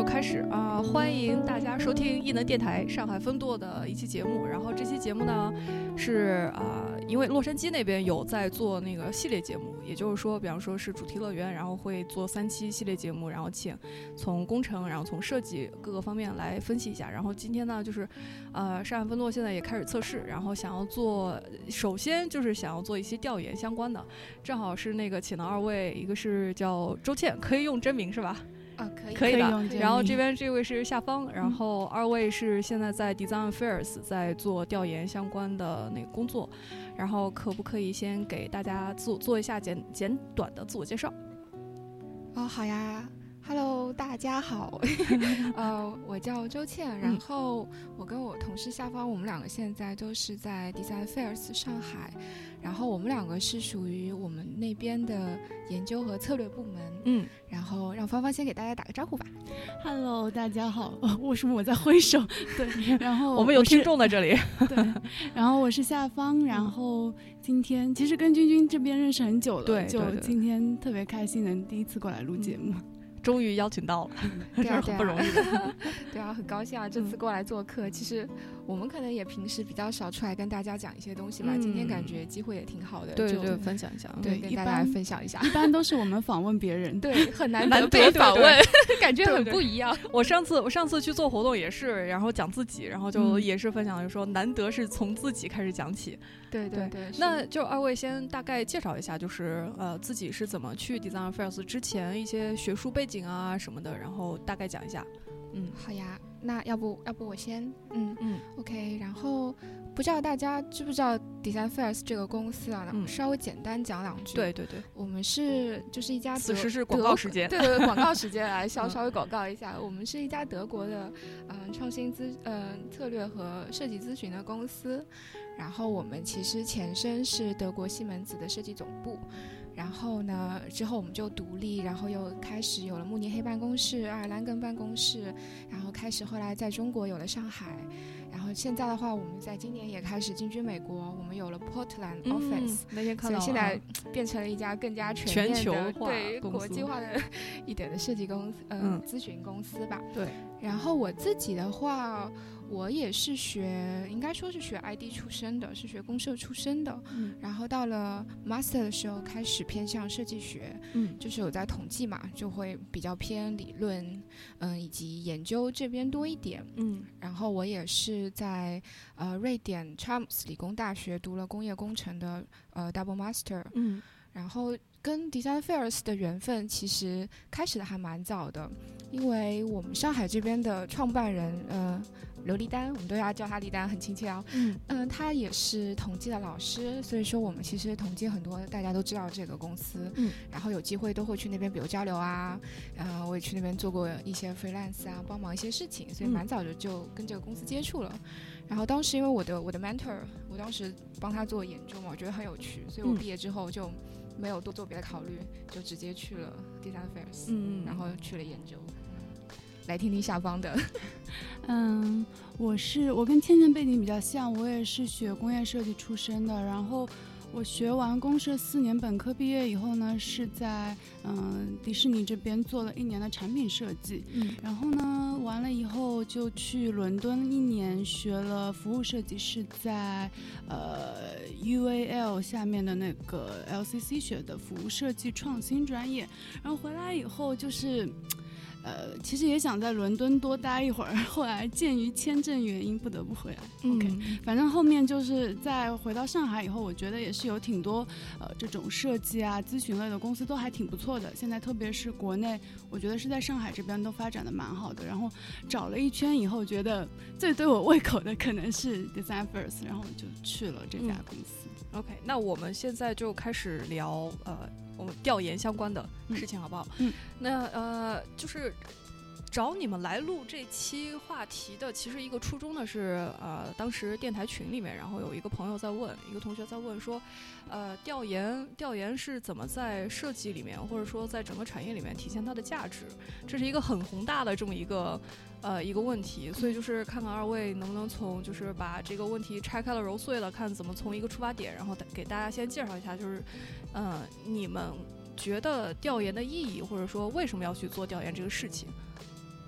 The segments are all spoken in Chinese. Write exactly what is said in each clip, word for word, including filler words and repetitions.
开始啊、呃！欢迎大家收听艺能电台上海分舵的一期节目。然后这期节目呢，是啊、呃，因为洛杉矶那边有在做那个系列节目，也就是说，比方说是主题乐园，然后会做三期系列节目，然后请从工程，然后从设计各个方面来分析一下。然后今天呢，就是呃，上海分舵现在也开始测试，然后想要做，首先就是想要做一些调研相关的，正好是那个请了二位，一个是叫周倩，可以用真名是吧？ 啊，可以， 可以的。 可以然后这边这位是夏芳，然后二位是现在在 Design Affairs 在做调研相关的那个工作，然后可不可以先给大家做做一下简简短的自我介绍？ 哦，好呀。Hello， 大家好，呃，我叫周倩，然后我跟我同事夏芳，我们两个现在都是在 Design Affairs 上海，然后我们两个是属于我们那边的研究和策略部门，嗯，然后让芳芳先给大家打个招呼吧。 Hello， 大家好，哦、为什么我在挥手？对，然后我们有听众在这里， 对，然后我是夏芳，然后今天其实跟君君这边认识很久了， 对， 就今天特别开心能第一次过来录节目。嗯， 终于邀请到了， 对啊， 很不容易的。 对啊，很高兴啊，这次过来做客。嗯、其实我们可能也平时比较少出来跟大家讲一些东西吧，嗯、今天感觉机会也挺好的， 对对，分享一下， 对，跟大家分享一下。 一般都是我们访问别人， 对，很难得被访问，感觉很不一样。 对对对，我上次我上次去做活动也是，然后讲自己，然后就也是分享，就说难得是从自己开始讲起。 对对对， 那就二位先大概介绍一下，就是呃自己是怎么去 Design Affairs 之前一些学术背景啊什么的，然后大概讲一下。 嗯，好呀，那要不要不我先，嗯嗯 ，OK， 然后不知道大家知不知道 Design Affairs 这个公司啊？嗯，稍微简单讲两句。 对对对， 我们是就是一家， 此时是广告时间， 对对对，广告时间来稍稍微广告一下，我们是一家德国的嗯、呃、创新咨嗯、呃、策略和设计咨询的公司，然后我们其实前身是德国西门子的设计总部。然后呢，之后我们就独立，然后又开始有了慕尼黑办公室、爱尔兰根办公室，然后开始后来在中国有了上海，然后现在的话，我们在今年也开始进军美国，我们有了 Portland office，、嗯、 那天看到了， 所以现在变成了一家更加全面的、 全球化对国际化的一点的设计公司，呃、嗯，咨询公司吧。 对。 然后我自己的话，我也是学，应该说是学 I D 出身的，是学公社出身的。嗯。然后到了 Master 的时候，开始偏向设计学，嗯，就是有在统计嘛，就会比较偏理论，嗯，以及研究这边多一点。嗯。然后我也是在呃瑞典 Chalmers 理工大学读了工业工程的呃 Double Master。嗯。然后跟 Design Affairs 的缘分其实开始的还蛮早的，因为我们上海这边的创办人，呃，刘丽丹，我们都要叫她丽丹，很亲切哦。嗯嗯、呃，她也是统计的老师，所以说我们其实统计很多大家都知道这个公司，嗯，然后有机会都会去那边比如交流啊，呃，我也去那边做过一些 freelance 啊，帮忙一些事情，所以蛮早就就跟这个公司接触了。然后当时因为我的我的 mentor， 我当时帮他做研究嘛，我觉得很有趣，所以我毕业之后就没有多做别的考虑，就直接去了 Design Affairs，嗯，然后去了研究。来听听下方的。 嗯，我是我跟倩倩背景比较像，我也是学工业设计出身的，然后我学完公社四年本科毕业以后呢，是在嗯迪士尼这边做了一年的产品设计，嗯，然后呢完了以后就去伦敦一年学了服务设计，是在呃 U A L 下面的那个 L C C 学的服务设计创新专业，然后回来以后就是。呃，其实也想在伦敦多待一会儿，后来鉴于签证原因不得不回来。嗯、OK， 反正后面就是在回到上海以后，我觉得也是有挺多呃这种设计啊、咨询类的公司都还挺不错的。现在特别是国内，我觉得是在上海这边都发展的蛮好的。然后找了一圈以后，觉得最对我胃口的可能是 Design Affairs， 然后就去了这家公司。 嗯、OK， 那我们现在就开始聊呃。我们调研相关的事情好不好？嗯，那呃，就是找你们来录这期话题的，其实一个初衷呢是呃，当时电台群里面，然后有一个朋友在问，一个同学在问说，呃，调研调研是怎么在设计里面，或者说在整个产业里面体现它的价值？这是一个很宏大的这么一个。呃，一个问题，所以就是看看二位能不能从就是把这个问题拆开了揉碎了，看怎么从一个出发点，然后给大家先介绍一下，就是，呃，你们觉得调研的意义，或者说为什么要去做调研这个事情？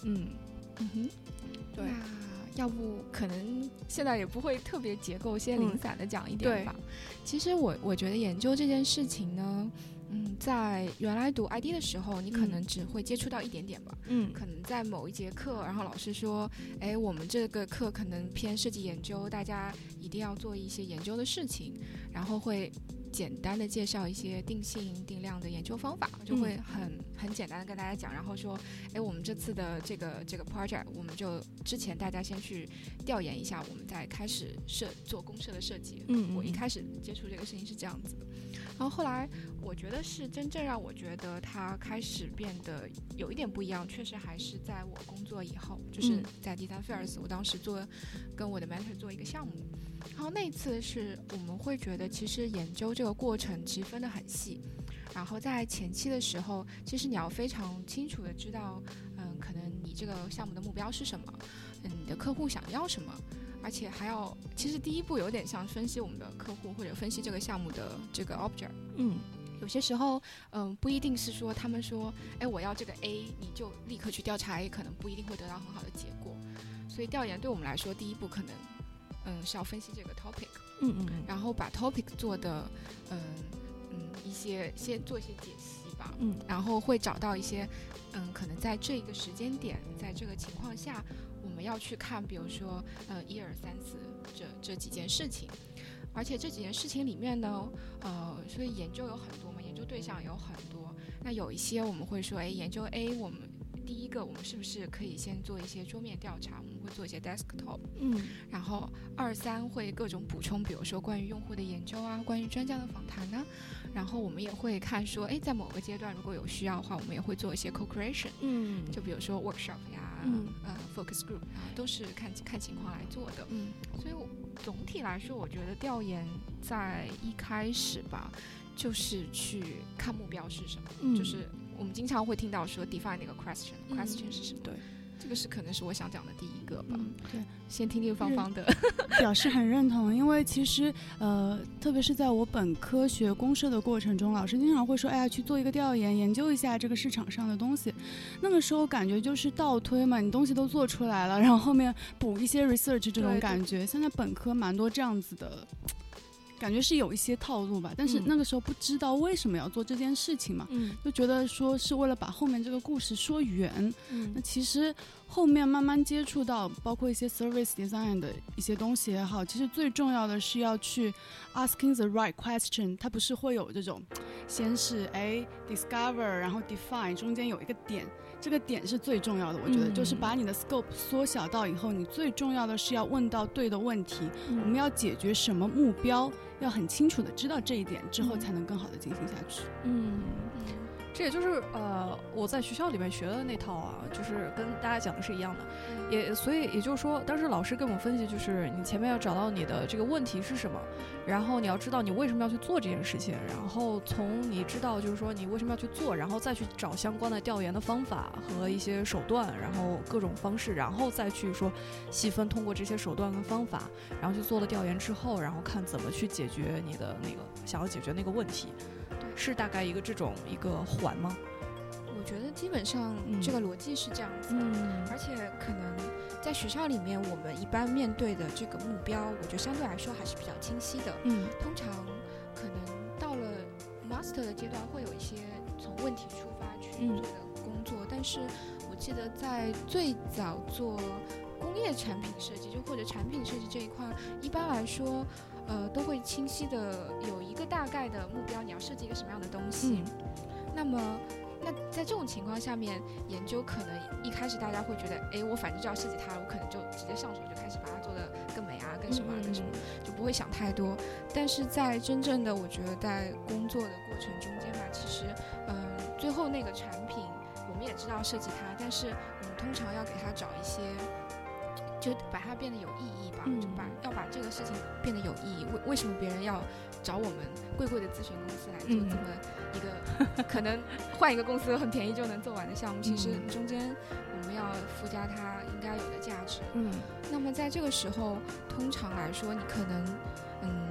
嗯嗯哼，对。要不可能现在也不会特别结构先零散的讲一点吧、嗯、其实我我觉得研究这件事情呢，嗯，在原来读 I D 的时候你可能只会接触到一点点吧，嗯，可能在某一节课然后老师说，哎，我们这个课可能偏设计研究，大家一定要做一些研究的事情，然后会简单的介绍一些定性定量的研究方法，就会很、嗯、很简单的跟大家讲，然后说，哎，我们这次的这个这个 project， 我们就之前大家先去调研一下，我们再开始设做公社的设计。嗯，我一开始接触这个事情是这样子的，然后后来我觉得是真正让我觉得它开始变得有一点不一样，确实还是在我工作以后，就是在 Design Fairs， 我当时做跟我的 mentor 做一个项目。然后那一次是我们会觉得其实研究这个过程其实分得很细，然后在前期的时候其实你要非常清楚的知道嗯，可能你这个项目的目标是什么，嗯，你的客户想要什么，而且还要其实第一步有点像分析我们的客户或者分析这个项目的这个 object。 嗯，有些时候嗯，不一定是说他们说哎我要这个 A 你就立刻去调查 A， 可能不一定会得到很好的结果，所以调研对我们来说第一步可能嗯，是要分析这个 topic， 嗯嗯，然后把 topic 做的，嗯嗯，一些先做一些解析吧，嗯，然后会找到一些，嗯，可能在这个时间点，在这个情况下，我们要去看，比如说，呃，一二三四这这几件事情，而且这几件事情里面呢，呃，所以研究有很多嘛，研究对象有很多，那有一些我们会说，哎，研究 A 我们。第一个，我们是不是可以先做一些桌面调查？我们会做一些 desktop， 嗯，然后二三会各种补充，比如说关于用户的研究啊，关于专家的访谈呢、啊，然后我们也会看说，哎，在某个阶段如果有需要的话，我们也会做一些 co-creation， 嗯，就比如说 workshop 呀，嗯，呃 focus group 啊，都是看看情况来做的，嗯，所以我总体来说，我觉得调研在一开始吧，就是去看目标是什么，嗯、就是。我们经常会听到说 define 那个 question， question、嗯、是什么？对，这个是可能是我想讲的第一个吧。嗯、对，先听听芳芳的， 表示很认同。因为其实呃，特别是在我本科学公社的过程中，老师经常会说，哎呀，去做一个调研，研究一下这个市场上的东西。那个时候感觉就是倒推嘛，你东西都做出来了，然后后面补一些 research 这种感觉。现在本科蛮多这样子的。感觉是有一些套路吧，但是那个时候不知道为什么要做这件事情嘛，嗯、就觉得说是为了把后面这个故事说圆。嗯、那其实后面慢慢接触到，包括一些 service design 的一些东西也好，其实最重要的是要去 asking the right question。它不是会有这种，先是哎 discover， 然后 define， 中间有一个点。这个点是最重要的，我觉得、嗯、就是把你的 scope 缩小到以后，你最重要的是要问到对的问题、嗯、我们要解决什么目标，要很清楚的知道这一点之后才能更好的进行下去。嗯， 这也就是呃我在学校里面学的那套啊，就是跟大家讲的是一样的，也所以也就是说，当时老师跟我们分析，就是你前面要找到你的这个问题是什么，然后你要知道你为什么要去做这件事情，然后从你知道就是说你为什么要去做，然后再去找相关的调研的方法和一些手段，然后各种方式，然后再去说细分通过这些手段跟方法，然后去做了调研之后，然后看怎么去解决你的那个想要解决那个问题。是大概一个这种一个环吗？ 我觉得基本上这个逻辑是这样子的、嗯、而且可能在学校里面我们一般面对的这个目标，我觉得相对来说还是比较清晰的。嗯，通常可能到了 master 的阶段会有一些从问题出发去做的工作、嗯、但是我记得在最早做工业产品设计，就或者产品设计这一块，一般来说呃，都会清晰的有一个大概的目标，你要设计一个什么样的东西、嗯、那么那在这种情况下面，研究可能一开始大家会觉得，哎，我反正就要设计它，我可能就直接上手就开始把它做得更美啊，更什么啊，更什么，就不会想太多。但是在真正的，我觉得在工作的过程中间吧，其实，嗯、呃，最后那个产品，我们也知道设计它，但是我们通常要给它找一些。就把它变得有意义吧，嗯、就把要把这个事情变得有意义。为为什么别人要找我们贵贵的咨询公司来做这么一个、嗯、可能换一个公司很便宜就能做完的项目？其实中间我们要附加它应该有的价值。嗯，那么在这个时候，通常来说，你可能，嗯，你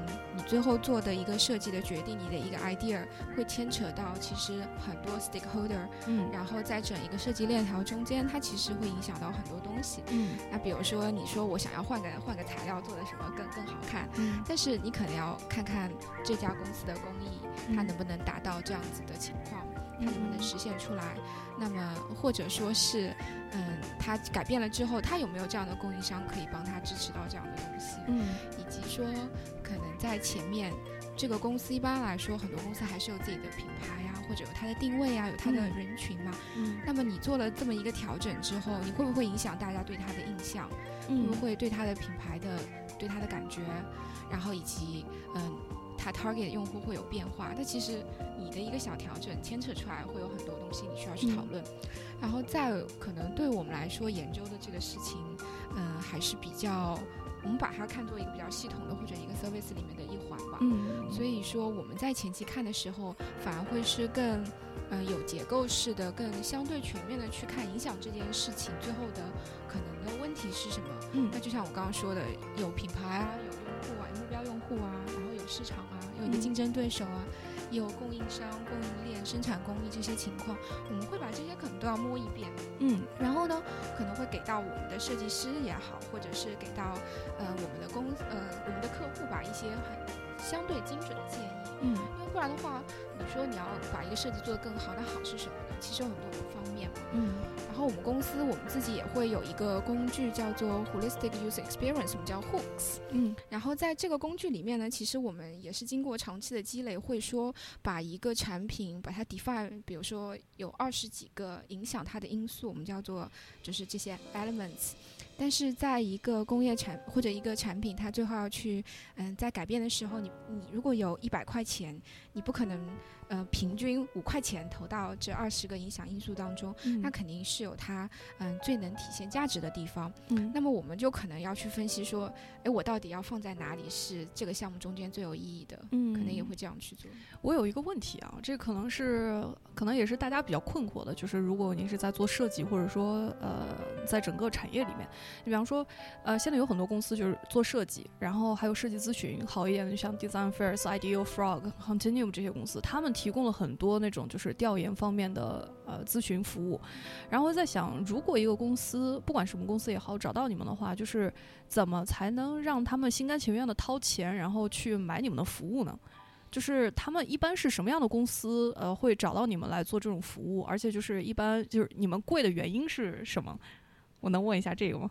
最后做的一个设计的决定，你的一个 idea 会牵扯到其实很多 stakeholder， 嗯，然后在整一个设计链条中间，它其实会影响到很多东西，嗯，那比如说你说我想要换个换个材料做的什么更更好看，嗯，但是你可能要看看这家公司的工艺，它能不能达到这样子的情况，它能不能实现出来，那么或者说是嗯，它改变了之后，它有没有这样的供应商可以帮它支持到这样的东西，嗯，以及说可能在前面这个公司一般来说很多公司还是有自己的品牌呀，或者有它的定位啊，有它的人群嘛，嗯，那么你做了这么一个调整之后，你会不会影响大家对它的印象，嗯，会不会对它的品牌的对它的感觉，然后以及嗯它 target 的用户会有变化，但其实你的一个小调整牵扯出来会有很多东西你需要去讨论，嗯，然后再可能对我们来说研究的这个事情嗯，还是比较我们把它看作一个比较系统的或者一个 service 里面的一环吧，嗯，所以说我们在前期看的时候反而会是更呃有结构式的更相对全面的去看影响这件事情最后的可能的问题是什么，嗯，那就像我刚刚说的有品牌啊，有用户啊，有目标用户啊，然后有市场啊，有你的竞争对手啊，也有供应商、供应链、生产工艺这些情况，我们会把这些可能都要摸一遍，嗯，然后呢，可能会给到我们的设计师也好，或者是给到呃我们的公呃我们的客户吧一些很相对精准的建议，嗯，因为不然的话，你说你要把一个设计做得更好，那好是什么呢？其实有很多方面嘛，嗯，然后我们公司我们自己也会有一个工具叫做 Holistic User Experience， 我们叫 Hooks， 嗯，然后在这个工具里面呢，其实我们也是经过长期的积累，会说把一个产品把它 define， 比如说有二十几个影响它的因素，我们叫做就是这些 elements。但是在一个工业产或者一个产品，它最后要去嗯在改变的时候，你你如果有一百块钱，你不可能呃平均五块钱投到这二十个影响因素当中，嗯，那肯定是有它嗯最能体现价值的地方。嗯，那么我们就可能要去分析说，哎，我到底要放在哪里是这个项目中间最有意义的？嗯，可能也会这样去做。 我有一个问题啊，这可能是可能也是大家比较困惑的，就是如果您是在做设计，或者说呃在整个产业里面。你比方说，呃，现在有很多公司就是做设计，然后还有设计咨询，好一点的像 Designfirst、Ideal Frog、Continuum 这些公司，他们提供了很多那种就是调研方面的呃咨询服务。然后在想，如果一个公司，不管什么公司也好，找到你们的话，就是怎么才能让他们心甘情愿的掏钱，然后去买你们的服务呢？就是他们一般是什么样的公司呃会找到你们来做这种服务？而且就是一般就是你们贵的原因是什么？我能问一下这个吗？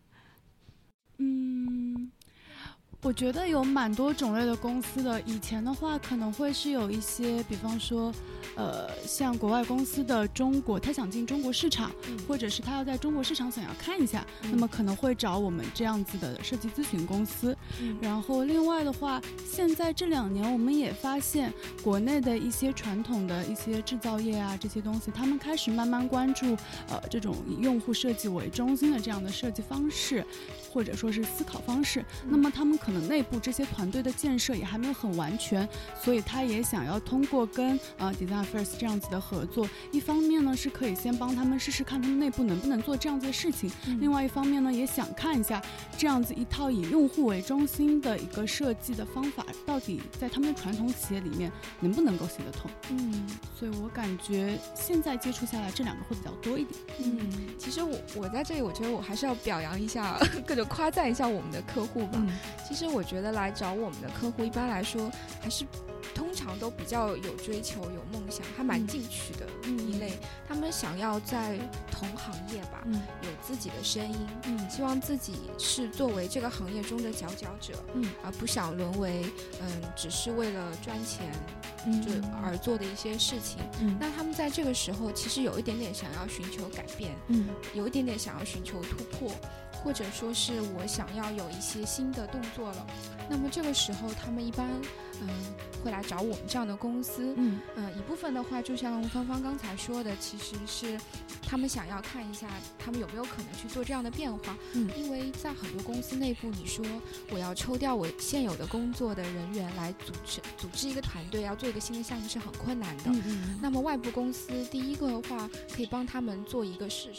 嗯，我觉得有蛮多种类的公司的。以前的话可能会是有一些，比方说呃，像国外公司的中国，他想进中国市场，嗯，或者是他要在中国市场想要看一下，嗯，那么可能会找我们这样子的设计咨询公司，嗯，然后另外的话，现在这两年我们也发现国内的一些传统的一些制造业啊这些东西，他们开始慢慢关注呃这种以用户设计为中心的这样的设计方式，或者说是思考方式，嗯，那么他们可能内部这些团队的建设也还没有很完全，所以他也想要通过跟呃 Designfirst 这样子的合作，一方面呢是可以先帮他们试试看他们内部能不能做这样子的事情，嗯，另外一方面呢也想看一下这样子一套以用户为中心的一个设计的方法到底在他们的传统企业里面能不能够行得通。嗯，所以我感觉现在接触下来这两个会比较多一点。 嗯，其实我我在这里我觉得我还是要表扬一下各种夸赞一下我们的客户吧，嗯，其实我觉得来找我们的客户一般来说还是通常都比较有追求有梦想，还蛮进取的一类，嗯，他们想要在同行业吧，嗯，有自己的声音，嗯，希望自己是作为这个行业中的佼佼者，嗯，而不想沦为嗯只是为了赚钱就而做的一些事情，嗯，那他们在这个时候其实有一点点想要寻求改变，嗯，有一点点想要寻求突破，或者说是我想要有一些新的动作了，那么这个时候他们一般嗯会来找我们这样的公司，嗯，呃、一部分的话就像芳芳刚才说的，其实是他们想要看一下他们有没有可能去做这样的变化，嗯，因为在很多公司内部，你说我要抽调我现有的工作的人员来组织组织一个团队，要做一个新的项目是很困难的，嗯嗯，那么外部公司第一个的话可以帮他们做一个试水，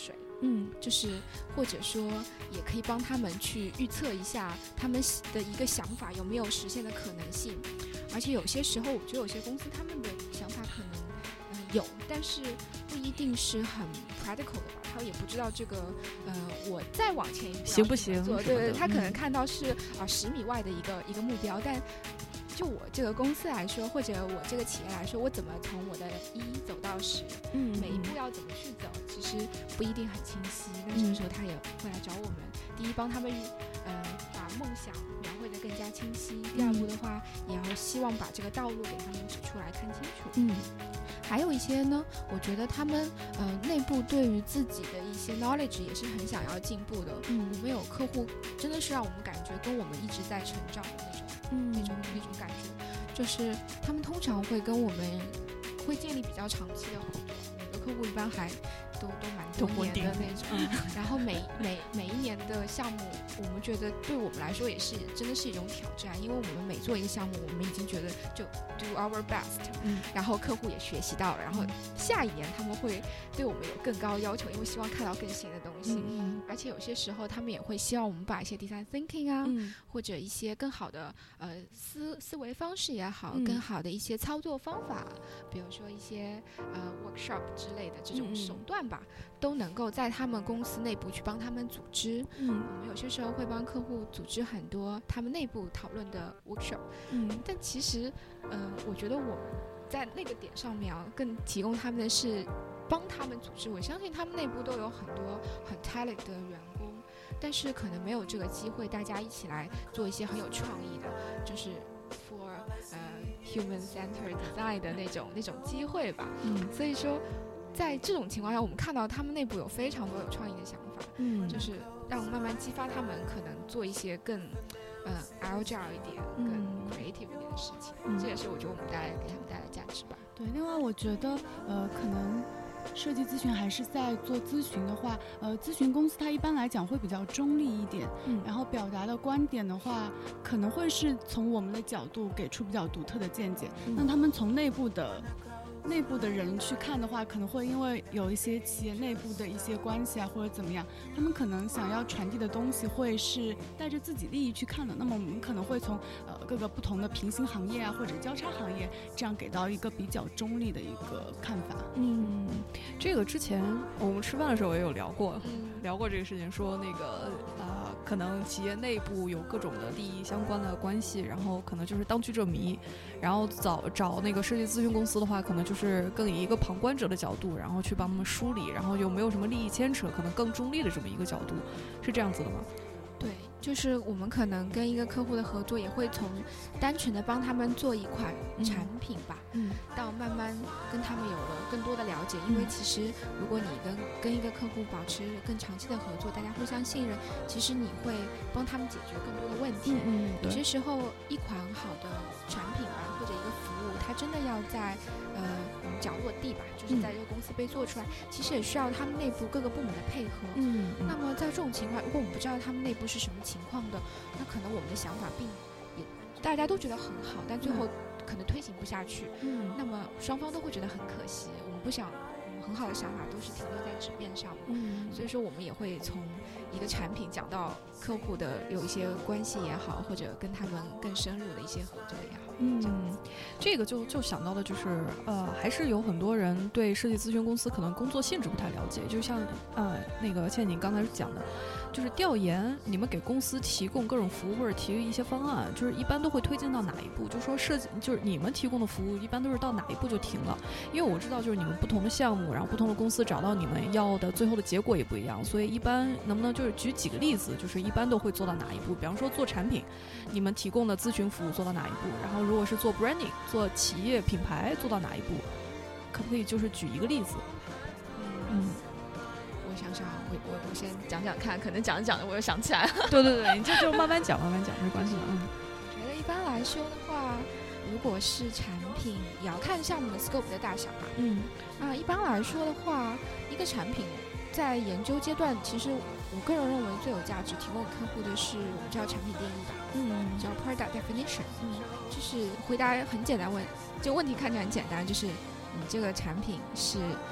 嗯，就是或者说也可以帮他们去预测一下他们的一个想法有没有实现的可能性。而且有些时候我觉得有些公司他们的想法可能、呃、有，但是不一定是很 practical 的吧，他也不知道这个呃我再往前一步行不行， 对对，他可能看到是啊十、呃、米外的一个一个目标，但就我这个公司来说，或者我这个企业来说，我怎么从我的一走到十，嗯，每一步要怎么去走，其实不一定很清晰。那这个时候他也会来找我们，第一帮他们呃把梦想描绘得更加清晰，第二步的话也要希望把这个道路给他们指出来看清楚。嗯，还有一些呢，我觉得他们呃内部对于自己的一些 knowledge 也是很想要进步的。嗯，我们有客户真的是让我们感觉跟我们一直在成长的那种。嗯，那种那种感觉，就是他们通常会跟我们会建立比较长期的合作，每个客户一般还都都蛮多年的那种，嗯、然后每每每一年的项目，我们觉得对我们来说也是真的是一种挑战，因为我们每做一个项目，我们已经觉得就 do our best，嗯，然后客户也学习到了，然后下一年他们会对我们有更高要求，因为希望看到更新的东西，嗯、而且有些时候他们也会希望我们把一些 design thinking 啊，嗯、或者一些更好的呃思思维方式也好，嗯、更好的一些操作方法，比如说一些呃 workshop 之类的这种手段吧，嗯、都能够在他们公司内部去帮他们组织。嗯，我们有些时候会帮客户组织很多他们内部讨论的 workshop。嗯，但其实，呃，我觉得我们在那个点上面啊，更提供他们的是帮他们组织。我相信他们内部都有很多很 talented 的员工，但是可能没有这个机会，大家一起来做一些很有创意的，就是 for 呃 human-centered design 的那种那种机会吧。嗯，所以说。在这种情况下，我们看到他们内部有非常多有创意的想法，嗯，就是让慢慢激发他们可能做一些更，呃 agile 一点、更 creative 一点的事情。嗯、这也是我觉得我们带来给他们带来的价值吧。 对，另外我觉得，呃，可能设计咨询还是在做咨询的话，呃，咨询公司它一般来讲会比较中立一点，嗯，然后表达的观点的话，可能会是从我们的角度给出比较独特的见解，嗯、那他们从内部的。内部的人去看的话，可能会因为有一些企业内部的一些关系啊，或者怎么样，他们可能想要传递的东西会是带着自己利益去看的。那么我们可能会从呃各个不同的平行行业啊，或者交叉行业，这样给到一个比较中立的一个看法。 嗯，这个之前我们吃饭的时候也有聊过，嗯、聊过这个事情，说那个呃，可能企业内部有各种的利益相关的关系，然后可能就是当局者迷，然后找找那个设计咨询公司的话，可能就。就是更以一个旁观者的角度，然后去帮他们梳理，然后又没有什么利益牵扯，可能更中立的这么一个角度，是这样子的吗？ 对，就是我们可能跟一个客户的合作，也会从单纯的帮他们做一款产品吧，嗯，到慢慢跟他们有了更多的了解。因为其实如果你跟跟一个客户保持更长期的合作，大家互相信任，其实你会帮他们解决更多的问题。嗯，有些时候一款好的产品吧，或者一个服务，它真的要在呃我们讲落地吧，就是在这个公司被做出来，其实也需要他们内部各个部门的配合。嗯，那么在这种情况，如果我们不知道他们内部是什么情况的，那可能我们的想法并也大家都觉得很好，但最后可能推行不下去。嗯，那么双方都会觉得很可惜。我们不想我们很好的想法都是停留在纸面上。嗯，所以说我们也会从一个产品讲到客户的有一些关系也好，或者跟他们更深入的一些合作也好。 嗯，这个就就想到的就是呃，还是有很多人对设计咨询公司可能工作性质不太了解，就像呃那个倩你刚才讲的。就是调研，你们给公司提供各种服务或者提一些方案，就是一般都会推进到哪一步？就是说设计，就是你们提供的服务一般都是到哪一步就停了？因为我知道，就是你们不同的项目，然后不同的公司找到你们要的最后的结果也不一样，所以一般能不能就是举几个例子，就是一般都会做到哪一步？比方说做产品，你们提供的咨询服务做到哪一步？然后如果是做 branding， 做企业品牌做到哪一步？可不可以就是举一个例子？ 嗯。我想想，我我我先讲讲看，可能讲着讲着我又想起来了。 对对对，你就就慢慢讲，慢慢讲，没关系的。嗯， 我觉得一般来说的话，如果是产品，也要看项目的 scope 的大小吧。嗯，啊，一般来说的话，一个产品在研究阶段，其实我个人认为最有价值提供给客户的是我们叫产品定义吧。嗯，叫 product definition。嗯，就是回答很简单问，这个问题看起来很简单，就是你这个产品是。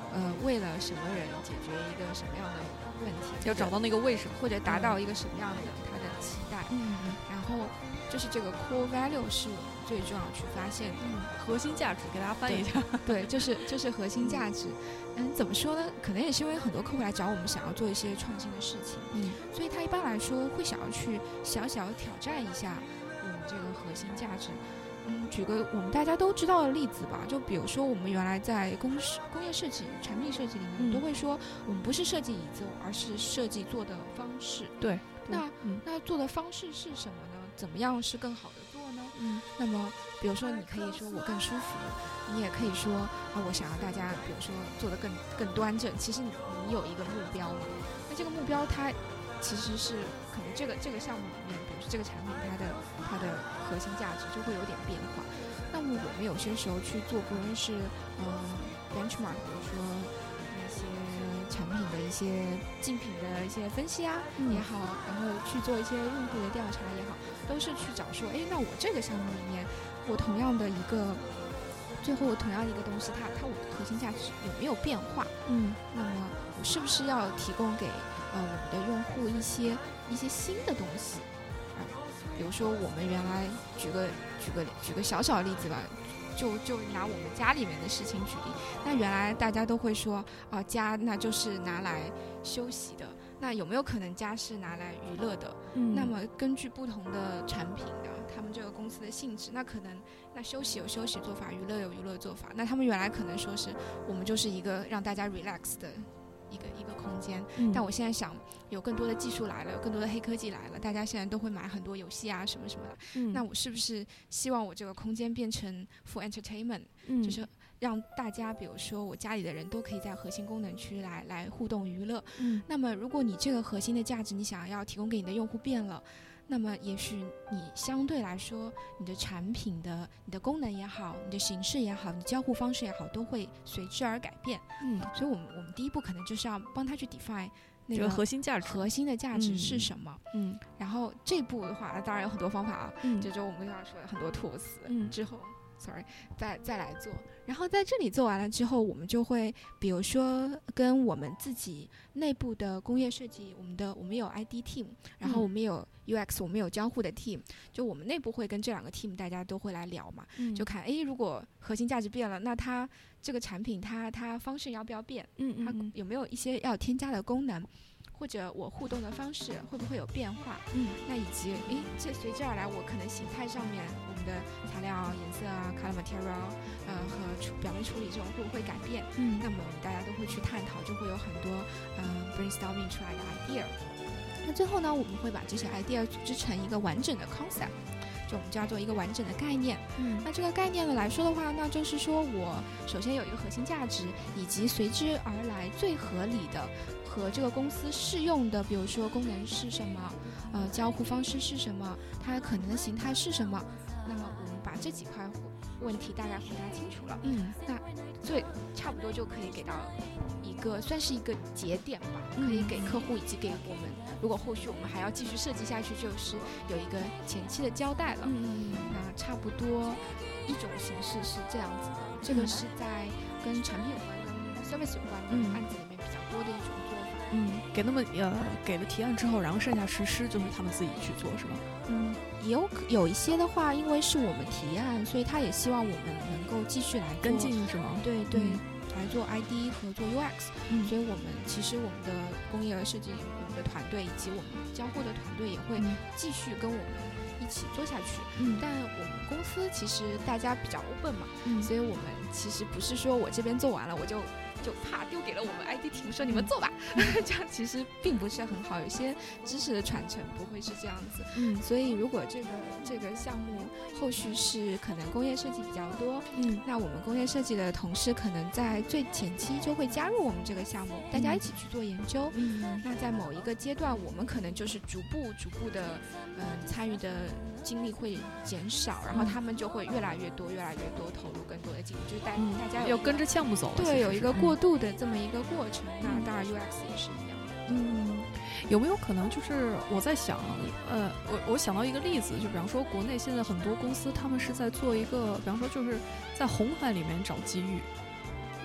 呃为了什么人解决一个什么样的问题， 要找到那个为什么， 或者达到一个什么样的他的期待。 嗯， 然后就是这个 core value 是我们最重要去发现的、 嗯、核心价值，给大家翻译一下。 对，就是就是核心价值。嗯，怎么说呢？可能也是因为很多客户来找我们，想要做一些创新的事情，嗯，所以他一般来说会想要去小小挑战一下我们这个核心价值。嗯，举个我们大家都知道的例子吧，就比如说我们原来在工工业设计、产品设计里面，嗯、都会说我们不是设计椅子，而是设计做的方式。 对， 那、嗯、那做的方式是什么呢？怎么样是更好的做呢？ 嗯， 那么比如说你可以说我更舒服，你也可以说啊，我想要大家比如说做得更更端正。其实你你有一个目标嘛，那这个目标它其实是可能这个这个项目里面，比如说这个产品它的它的核心价值就会有点变化。那么我们有些时候去做，不论是呃 benchmark， 比如说那些产品的一些竞品的一些分析啊、嗯、也好，然后去做一些用户的调查也好，都是去找说，哎，那我这个项目里面，我同样的一个，最后我同样的一个东西，它它我的核心价值有没有变化？嗯，那么我是不是要提供给呃我们的用户一些一些新的东西？啊，比如说我们原来举个举个举个小小的例子吧。就就拿我们家里面的事情举例，那原来大家都会说啊、呃，家那就是拿来休息的，那有没有可能家是拿来娱乐的？嗯，那么根据不同的产品的他们这个公司的性质，那可能那休息有休息做法，娱乐有娱乐做法。那他们原来可能说是我们就是一个让大家 relax 的一个一个空间、嗯、但我现在想有更多的技术来了，有更多的黑科技来了，大家现在都会买很多游戏啊什么什么的、嗯、那我是不是希望我这个空间变成 for entertainment、嗯、就是让大家比如说我家里的人都可以在核心功能区来来互动娱乐、嗯、那么如果你这个核心的价值你想要提供给你的用户变了，那么也许你相对来说你的产品的你的功能也好，你的形式也好，你的交互方式也好，都会随之而改变。嗯，所以我们我们第一步可能就是要帮他去 define 那个核心价值， 核心的价值是什么。嗯，然后这一步的话当然有很多方法啊，嗯，这就我们刚刚说的很多 tools、嗯、之后sorry 再再来做，然后在这里做完了之后，我们就会比如说跟我们自己内部的工业设计，我们的我们有 I D team， 然后我们有 U X、嗯、我们有交互的 team， 就我们内部会跟这两个 team 大家都会来聊嘛、嗯、就看诶如果核心价值变了，那它这个产品它它方式要不要变，嗯嗯嗯，它有没有一些要添加的功能，或者我互动的方式会不会有变化，嗯，那以及诶这随之而来我可能形态上面我们的材料颜色啊 color material 呃和处表面处理这种会不会改变，嗯，那么我们大家都会去探讨，就会有很多嗯、呃、brainstorming 出来的 idea。 那最后呢我们会把这些 idea 组织成一个完整的 concept，就我们叫做一个完整的概念。嗯，那这个概念呢来说的话，那就是说我首先有一个核心价值，以及随之而来最合理的和这个公司适用的，比如说功能是什么，呃，交互方式是什么，它可能的形态是什么。那么我们把这几块问题大概回答清楚了，嗯，那最差不多就可以给到一个算是一个节点吧，可以给客户以及给我们，如果后续我们还要继续设计下去，就是有一个前期的交代了。嗯，那差不多一种形式是这样子的，这个是在跟产品有关、跟 service 有关的案子里面比较多的一种做法。 嗯，给他们呃给了提案之后，然后剩下实施就是他们自己去做，是吗？ 嗯，也有有一些的话，因为是我们提案，所以他也希望我们能够继续来跟进，是吗？ 对对。嗯，来做 I D 和做 U X，嗯，所以我们其实我们的工业设计，我们的团队以及我们交互的团队也会继续跟我们一起做下去。嗯，但我们公司其实大家比较 open 嘛，嗯，所以我们其实不是说我这边做完了我就就啪丢给了我们 I D team 说你们做吧，嗯、这样其实并不是很好，有些知识的传承不会是这样子。嗯，所以如果这个这个项目后续是可能工业设计比较多，嗯，那我们工业设计的同事可能在最前期就会加入我们这个项目，大家一起去做研究。嗯，那在某一个阶段，我们可能就是逐步逐步的，嗯、呃，参与的精力会减少，然后他们就会越来越多，越来越多投入更多的精力，就是大、嗯、大家要跟着项目走， 对，有一个过渡的这么一个过程。嗯、那当然 U X 也是一样的。 嗯，有没有可能就是我在想，呃，我我想到一个例子，就比方说国内现在很多公司他们是在做一个，比方说就是在红海里面找机遇。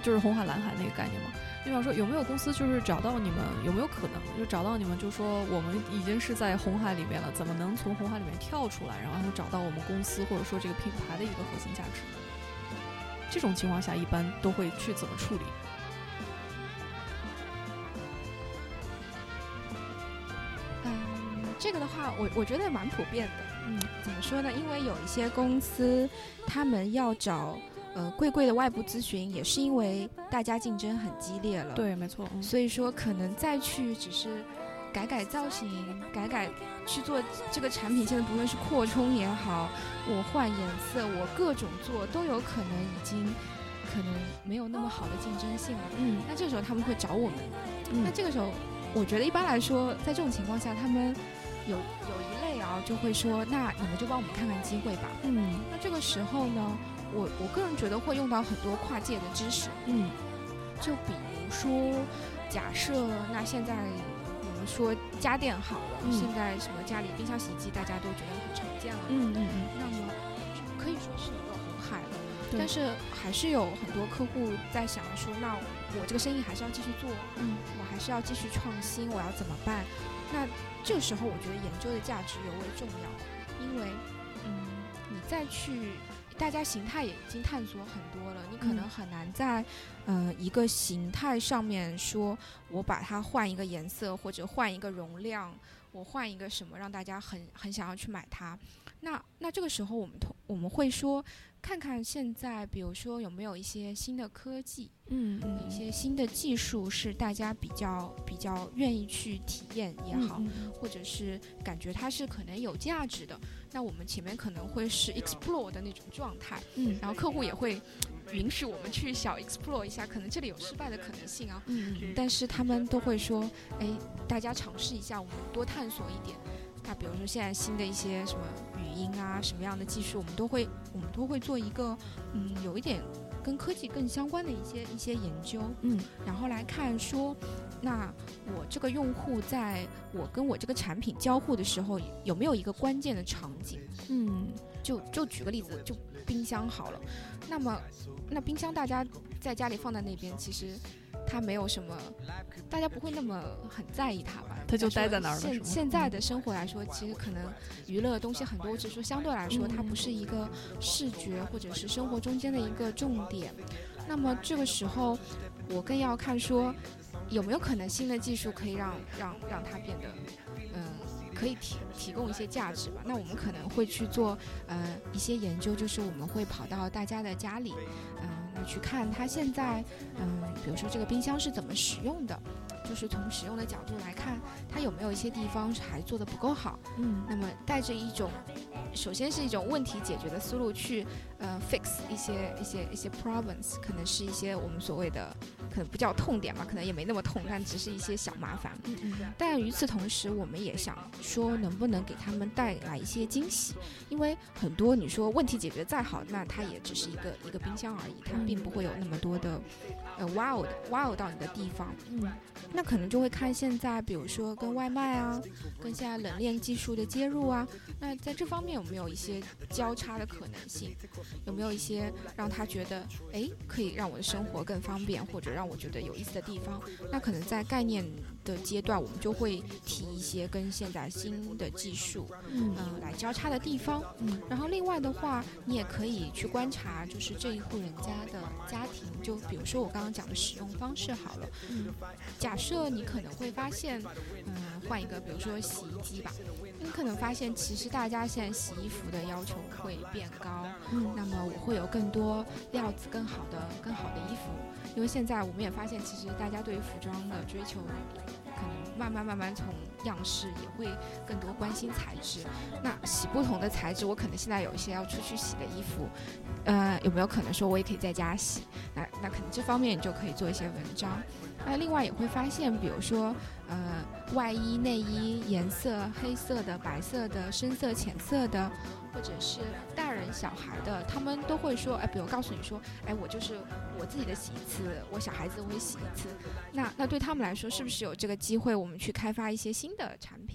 就是红海蓝海那个概念嘛。你比方说有没有公司就是找到你们，有没有可能就找到你们，就说我们已经是在红海里面了，怎么能从红海里面跳出来，然后找到我们公司或者说这个品牌的一个核心价值？这种情况下一般都会去怎么处理？ 嗯，这个的话我我觉得蛮普遍的。嗯，怎么说呢？因为有一些公司他们要找呃，贵贵的外部咨询，也是因为大家竞争很激烈了。 对，没错。嗯、 所以说，可能再去只是改改造型，改改去做这个产品，现在不论是扩充也好，我换颜色，我各种做，都有可能已经可能没有那么好的竞争性了。嗯，那这时候他们会找我们。嗯、那这个时候，我觉得一般来说，在这种情况下，他们有有一类啊，就会说，那你们就帮我们看看机会吧。嗯，那这个时候呢？我我个人觉得会用到很多跨界的知识，嗯，就比如说，假设那现在我们说家电好了，嗯、现在什么家里冰箱、洗衣机大家都觉得很常见了，嗯嗯嗯，那么可以说是一个红海了，但是还是有很多客户在想说，那我这个生意还是要继续做，嗯，我还是要继续创新，我要怎么办？那这个时候我觉得研究的价值尤为重要，因为嗯，你再去。大家形态也已经探索很多了，你可能很难在、嗯、呃一个形态上面说我把它换一个颜色或者换一个容量，我换一个什么让大家很很想要去买它。那那这个时候我们我们会说看看现在比如说有没有一些新的科技，嗯，一些新的技术是大家比较比较愿意去体验也好，嗯嗯，或者是感觉它是可能有价值的，那我们前面可能会是 explore 的那种状态，嗯，然后客户也会允许我们去小 explore 一下，可能这里有失败的可能性啊，嗯，但是他们都会说，哎，大家尝试一下，我们多探索一点。那比如说现在新的一些什么语音啊，什么样的技术，我们都会我们都会做一个嗯，有一点跟科技更相关的一些一些研究，嗯，然后来看说，那我这个用户在我跟我这个产品交互的时候，有没有一个关键的场景？嗯，就就举个例子，就冰箱好了。那么，那冰箱大家在家里放在那边，其实它没有什么，大家不会那么很在意它吧？ 它就待在那儿了。 现现在的生活来说，其实可能娱乐的东西很多，只是说相对来说，它不是一个视觉或者是生活中间的一个重点。那么这个时候，我更要看说，有没有可能新的技术可以让让让它变得，嗯、呃，可以提提供一些价值吧？那我们可能会去做呃一些研究，就是我们会跑到大家的家里，嗯、呃，那去看它现在，嗯、呃，比如说这个冰箱是怎么使用的。就是从使用的角度来看，它有没有一些地方还做得不够好？嗯，那么带着一种，首先是一种问题解决的思路去，呃 ，fix 一些一些一些 problems， 可能是一些我们所谓的，可能不叫痛点吧，可能也没那么痛，但只是一些小麻烦。嗯嗯。但与此同时，我们也想说，能不能给他们带来一些惊喜？因为很多你说问题解决再好，那它也只是一个一个冰箱而已，它并不会有那么多的，呃 ，wow 的 wow 到你的地方。嗯。那可能就会看现在，比如说跟外卖啊，跟现在冷链技术的接入啊，那在这方面有没有一些交叉的可能性？有没有一些让他觉得，哎，可以让我的生活更方便，或者让我觉得有意思的地方？那可能在概念的阶段，我们就会提一些跟现在新的技术，嗯、呃，来交叉的地方。嗯，然后另外的话，你也可以去观察，就是这一户人家的家庭，就比如说我刚刚讲的使用方式好了，嗯，假设。设你可能会发现，嗯，换一个，比如说洗衣机吧，你可能发现其实大家现在洗衣服的要求会变高，嗯，那么我会有更多料子更好的、更好的衣服，因为现在我们也发现，其实大家对于服装的追求，可能慢慢慢慢从样式也会更多关心材质。那洗不同的材质，我可能现在有一些要出去洗的衣服，呃，有没有可能说我也可以在家洗？那那可能这方面你就可以做一些文章。那另外也会发现，比如说，呃，外衣、内衣颜色，黑色的、白色的、深色、浅色的，或者是大人小孩的，他们都会说，哎，比如告诉你说，哎，我就是我自己的洗一次，我小孩子我会洗一次。那那对他们来说，是不是有这个机会，我们去开发一些新的产品？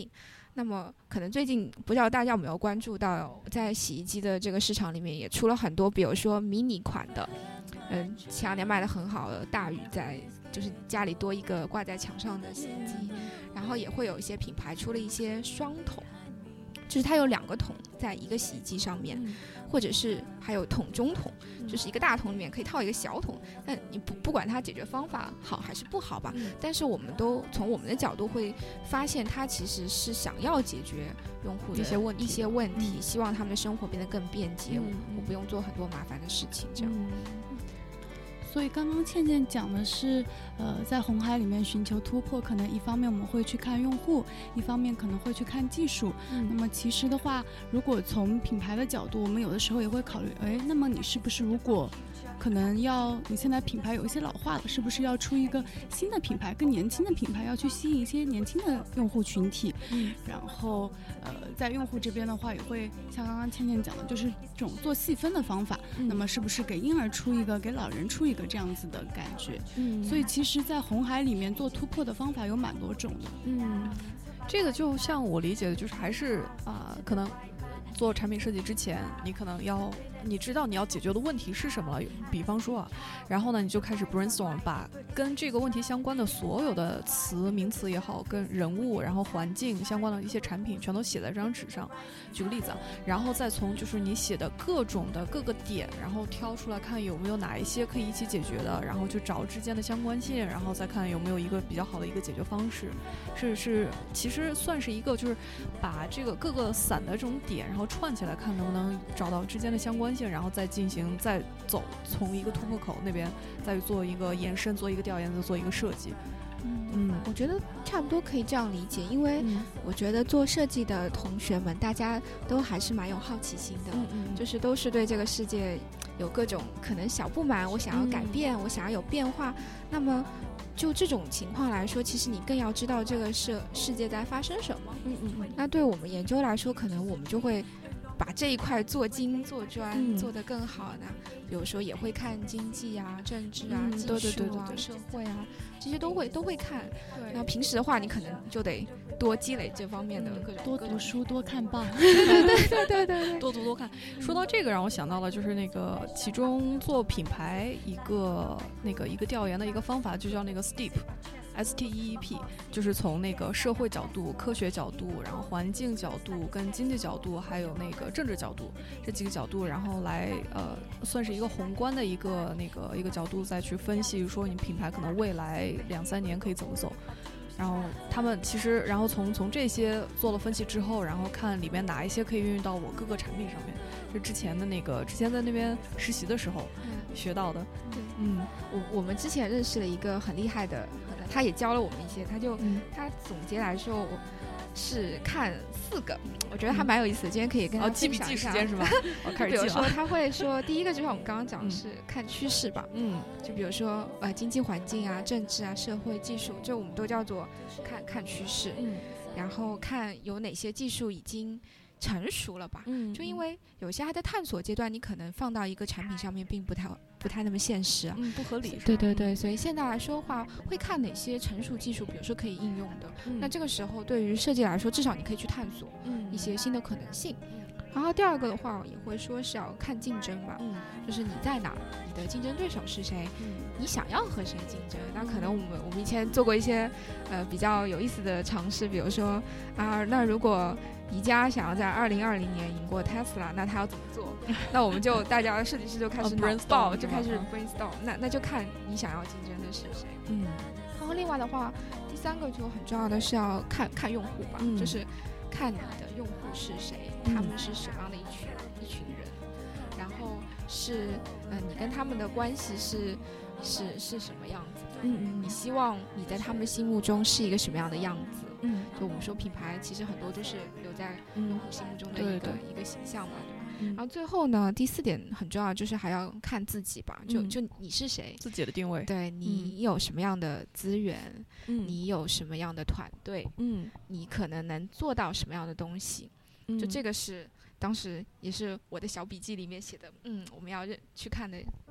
那么可能最近不知道大家有没有关注到，在洗衣机的这个市场里面也出了很多，比如说迷你款的，嗯，前两年卖的很好的大宇在就是家里多一个挂在墙上的洗衣机，然后也会有一些品牌出了一些双桶，就是它有两个桶在一个洗衣机上面，嗯、或者是还有桶中桶，嗯、就是一个大桶里面可以套一个小桶。但你不不管它解决方法好还是不好吧，嗯、但是我们都从我们的角度会发现，它其实是想要解决用户的一些问题， 一些问题，嗯、希望他们的生活变得更便捷，嗯、我不用做很多麻烦的事情，这样。嗯所以刚刚倩倩讲的是，呃，在红海里面寻求突破，可能一方面我们会去看用户，一方面可能会去看技术。嗯、那么其实的话，如果从品牌的角度，我们有的时候也会考虑，哎，那么你是不是如果可能要你现在品牌有一些老化了，是不是要出一个新的品牌，更年轻的品牌，要去吸引一些年轻的用户群体？嗯、然后呃，在用户这边的话，也会像刚刚倩倩讲的，就是这种做细分的方法。嗯、那么是不是给婴儿出一个，给老人出一个？这样子的感觉，嗯，所以其实在红海里面做突破的方法有蛮多种的， 嗯，这个就像我理解的，就是还是啊、呃，可能做产品设计之前，你可能要你知道你要解决的问题是什么了，比方说啊，然后呢你就开始 brainstorm， 把跟这个问题相关的所有的词名词也好，跟人物然后环境相关的一些产品全都写在这张纸上。举个例子啊，然后再从就是你写的各种的各个点，然后挑出来看有没有哪一些可以一起解决的，然后去找之间的相关性，然后再看有没有一个比较好的一个解决方式。是是，其实算是一个就是把这个各个散的这种点，然后串起来看能不能找到之间的相关性，然后再进行再走从一个突破口那边再做一个延伸，做一个调研，再做一个设计。 嗯，我觉得差不多可以这样理解，因为我觉得做设计的同学们，大家都还是蛮有好奇心的，嗯嗯，就是都是对这个世界有各种可能小不满，我想要改变，嗯、我想要有变化。那么就这种情况来说，其实你更要知道这个世世界在发生什么。嗯嗯嗯。那对我们研究来说，可能我们就会把这一块做精做专，嗯、做得更好呢。比如说也会看经济啊、政治啊、嗯、技术啊、 对对对对对社会啊，这些都会都会看。对。那平时的话，你可能就得多积累这方面的各种、 嗯、多读书、多看报。 对对对对对对， 多读多看。说到这个，让我想到了就是那个其中做品牌一个那个一个调研的一个方法，就叫那个 S T E P。S T E E P 就是从那个社会角度、科学角度，然后环境角度、跟经济角度，还有那个政治角度这几个角度，然后来呃算是一个宏观的一个那个一个角度再去分析，说你品牌可能未来两三年可以怎么走。然后他们其实，然后从从这些做了分析之后，然后看里面哪一些可以运用到我各个产品上面，是之前的那个之前在那边实习的时候学到的。 对，嗯，我我们之前认识了一个很厉害的。他也教了我们一些，他就、嗯、他总结来说是看四个，我觉得还蛮有意思的。嗯、今天可以跟他分享一下， 哦、记笔记时间是吧？我开始记了。 比如说他会说，第一个就是我们刚刚讲的是看趋势吧，嗯，就比如说呃经济环境啊、政治啊、社会、技术，这我们都叫做看看趋势。嗯，然后看有哪些技术已经成熟了吧？嗯，就因为有些还在探索阶段，你可能放到一个产品上面并不太不太那么现实啊， 嗯，不合理。 对对对，所以现在来说的话，会看哪些成熟技术，比如说可以应用的。嗯、那这个时候对于设计来说，至少你可以去探索一些新的可能性。嗯、然后第二个的话，也会说是要看竞争吧，嗯、就是你在哪，你的竞争对手是谁，嗯、你想要和谁竞争。那可能我们我们以前做过一些呃比较有意思的尝试，比如说啊，那如果宜家想要在二零二零年赢过 Tesla， 那他要怎么做？那我们就大家设计师就开始 brainstorm， 就开始 brainstorm， 那那就看你想要竞争的是谁。嗯，然后另外的话，第三个就很重要的是要看看用户吧，嗯、就是看你的用户是谁，嗯、他们是什么样的一群一群人，然后是嗯、呃、你跟他们的关系是是是什么样子的？嗯嗯，你希望你在他们心目中是一个什么样的样子？嗯，就我们说品牌其实很多都是留在用户心目中的一个、嗯、对对一个形象嘛，对吧？嗯、然后最后呢，第四点很重要，就是还要看自己吧，就、嗯、就你是谁， 自己的定位， 对你有什么样的资源，嗯、你有什么样的团队，嗯，你可能能做到什么样的东西，嗯、就这个是当时也是我的小笔记里面写的，嗯，我们要去看的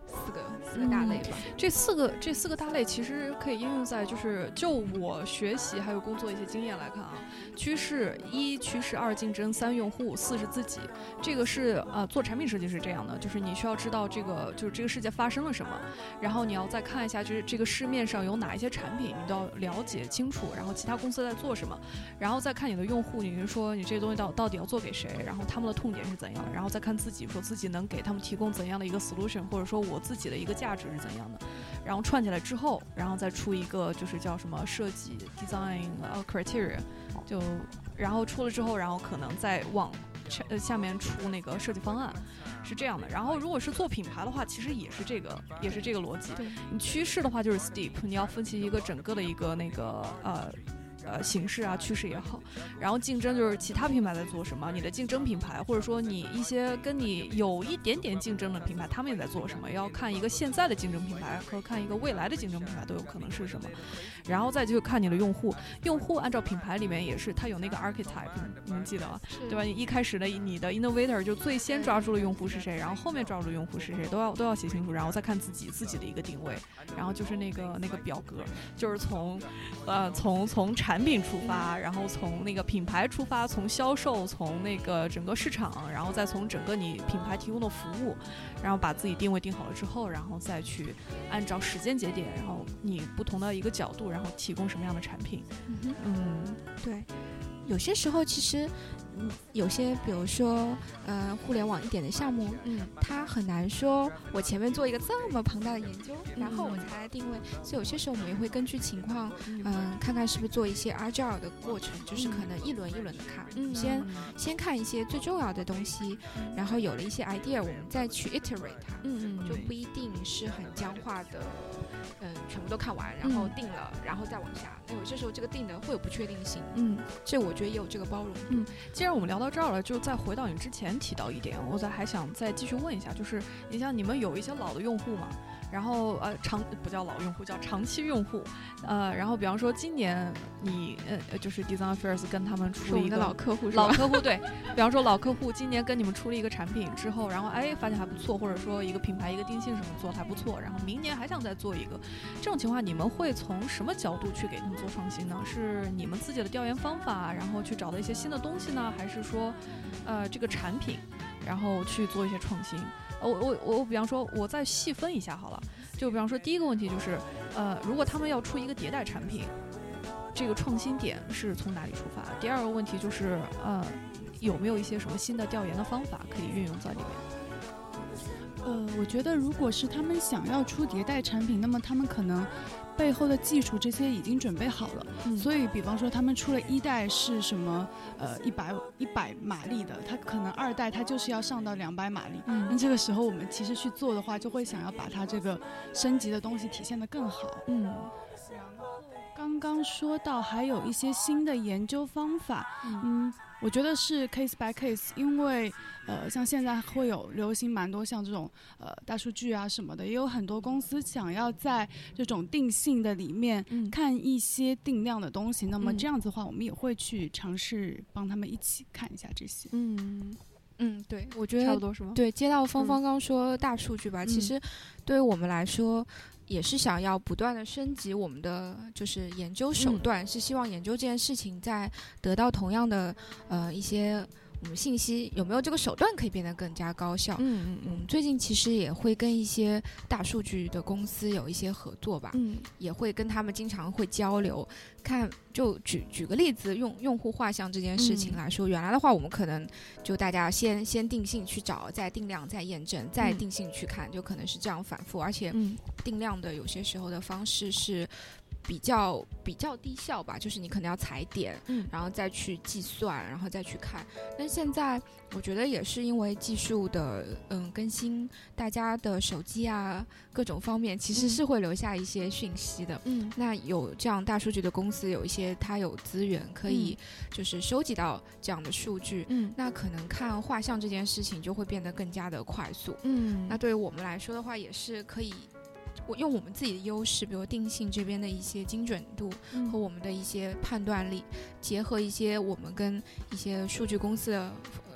四个四个大类吧。 嗯、这四个这四个大类其实可以应用在就是就我学习还有工作一些经验来看啊，趋势一趋势，二竞争，三用户，四是自己。这个是呃做产品设计是这样的，就是你需要知道这个就是这个世界发生了什么，然后你要再看一下就是这个市面上有哪一些产品，你都要了解清楚，然后其他公司在做什么，然后再看你的用户，你是说你这些东西到到底要做给谁，然后他们的痛点是怎样，然后再看自己说自己能给他们提供怎样的一个 solution， 或者说我自己的一个价值是怎样的，然后串起来之后，然后再出一个就是叫什么设计 design、uh, criteria， 就然后出了之后，然后可能再往下面出那个设计方案，是这样的。然后如果是做品牌的话，其实也是这个也是这个逻辑。你趋势的话就是 steep， 你要分析一个整个的一个那个呃呃形势啊趋势也好，然后竞争就是其他品牌在做什么，你的竞争品牌或者说你一些跟你有一点点竞争的品牌，他们也在做什么，要看一个现在的竞争品牌和看一个未来的竞争品牌都有可能是什么，然后再就看你的用户，用户按照品牌里面也是它有那个 archetype， 你们记得吗？对吧？一开始的你的 innovator 就最先抓住了用户是谁，然后后面抓住的用户是谁，都要都要写清楚，然后再看自己自己的一个定位，然后就是那个那个表格，就是从呃从从产品出发，然后从那个品牌出发，从销售，从那个整个市场，然后再从整个你品牌提供的服务，然后把自己定位定好了之后，然后再去按照时间节点，然后你不同的一个角度，然后提供什么样的产品。 嗯嗯，对，有些时候其实嗯，有些比如说呃互联网一点的项目，嗯，它很难说我前面做一个这么庞大的研究，嗯、然后我才来定位，所以有些时候我们也会根据情况，嗯、呃，看看是不是做一些 agile 的过程，就是可能一轮一轮的看，嗯、先先看一些最重要的东西，然后有了一些 idea， 我们再去 iterate 它，嗯就不一定是很僵化的。嗯，全部都看完，然后定了，嗯、然后再往下。那有些时候这个定的会有不确定性，嗯，这我觉得也有这个包容。 嗯，既然我们聊到这儿了，就再回到你之前提到一点，我再还想再继续问一下，就是你像你们有一些老的用户嘛，然后呃长不叫老用户，叫长期用户，呃，然后比方说今年你呃就是 Design Affairs 跟他们出了一个老客户， 老客户对，比方说老客户今年跟你们出了一个产品之后，然后哎发现还不错，或者说一个品牌一个定性什么做的还不错，然后明年还想再做一个。这种情况你们会从什么角度去给他们做创新呢？是你们自己的调研方法，然后去找到一些新的东西呢，还是说呃这个产品然后去做一些创新？我我我比方说我再细分一下好了，就比方说第一个问题就是呃如果他们要出一个迭代产品，这个创新点是从哪里出发？第二个问题就是呃有没有一些什么新的调研的方法可以运用在里面？ 呃，我觉得如果是他们想要出迭代产品，那么他们可能背后的技术这些已经准备好了，嗯、所以比方说他们出了一代是什么呃一百一百马力的，它可能二代它就是要上到两百马力，嗯、那这个时候我们其实去做的话，就会想要把它这个升级的东西体现得更好。嗯，然后刚刚说到还有一些新的研究方法，嗯。嗯我觉得是 case by case， 因为呃，像现在会有流行蛮多像这种呃大数据啊什么的，也有很多公司想要在这种定性的里面看一些定量的东西，嗯、那么这样子的话，我们也会去尝试帮他们一起看一下这些。 嗯嗯，对，我觉得差不多是吗？ 对，接到芳芳刚说大数据吧，嗯、其实对于我们来说。也是想要不断的升级我们的就是研究手段，嗯、是希望研究这件事情在得到同样的呃一些我们信息，有没有这个手段可以变得更加高效？嗯嗯嗯。最近其实也会跟一些大数据的公司有一些合作吧，嗯，也会跟他们经常会交流。看，就举举个例子，用用户画像这件事情来说，嗯、原来的话我们可能就大家先先定性去找，再定量，再验证，再定性去看，嗯、就可能是这样反复，而且定量的有些时候的方式是。比较比较低效吧，就是你可能要踩点，嗯，然后再去计算，然后再去看。但现在我觉得也是因为技术的嗯更新，大家的手机啊各种方面其实是会留下一些讯息的。嗯，那有这样大数据的公司，有一些它有资源可以就是收集到这样的数据，嗯，那可能看画像这件事情就会变得更加的快速。嗯，那对于我们来说的话，也是可以。我用我们自己的优势，比如定性这边的一些精准度和我们的一些判断力，嗯、结合一些我们跟一些数据公司的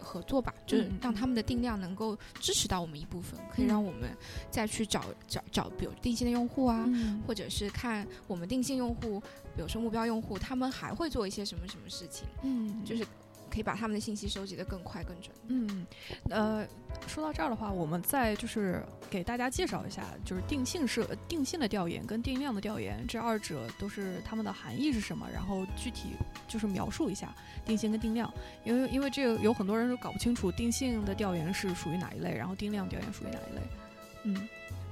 合作吧，就是让他们的定量能够支持到我们一部分，可以让我们再去找找找比如定性的用户啊、嗯、或者是看我们定性用户，比如说目标用户他们还会做一些什么什么事情，嗯，就是可以把他们的信息收集得更快更准。 嗯，呃，说到这儿的话，我们再就是给大家介绍一下，就是定性是定性的调研跟定量的调研，这二者都是它们的含义是什么，然后具体就是描述一下定性跟定量，因为因为这个有很多人都搞不清楚定性的调研是属于哪一类，然后定量调研属于哪一类。嗯。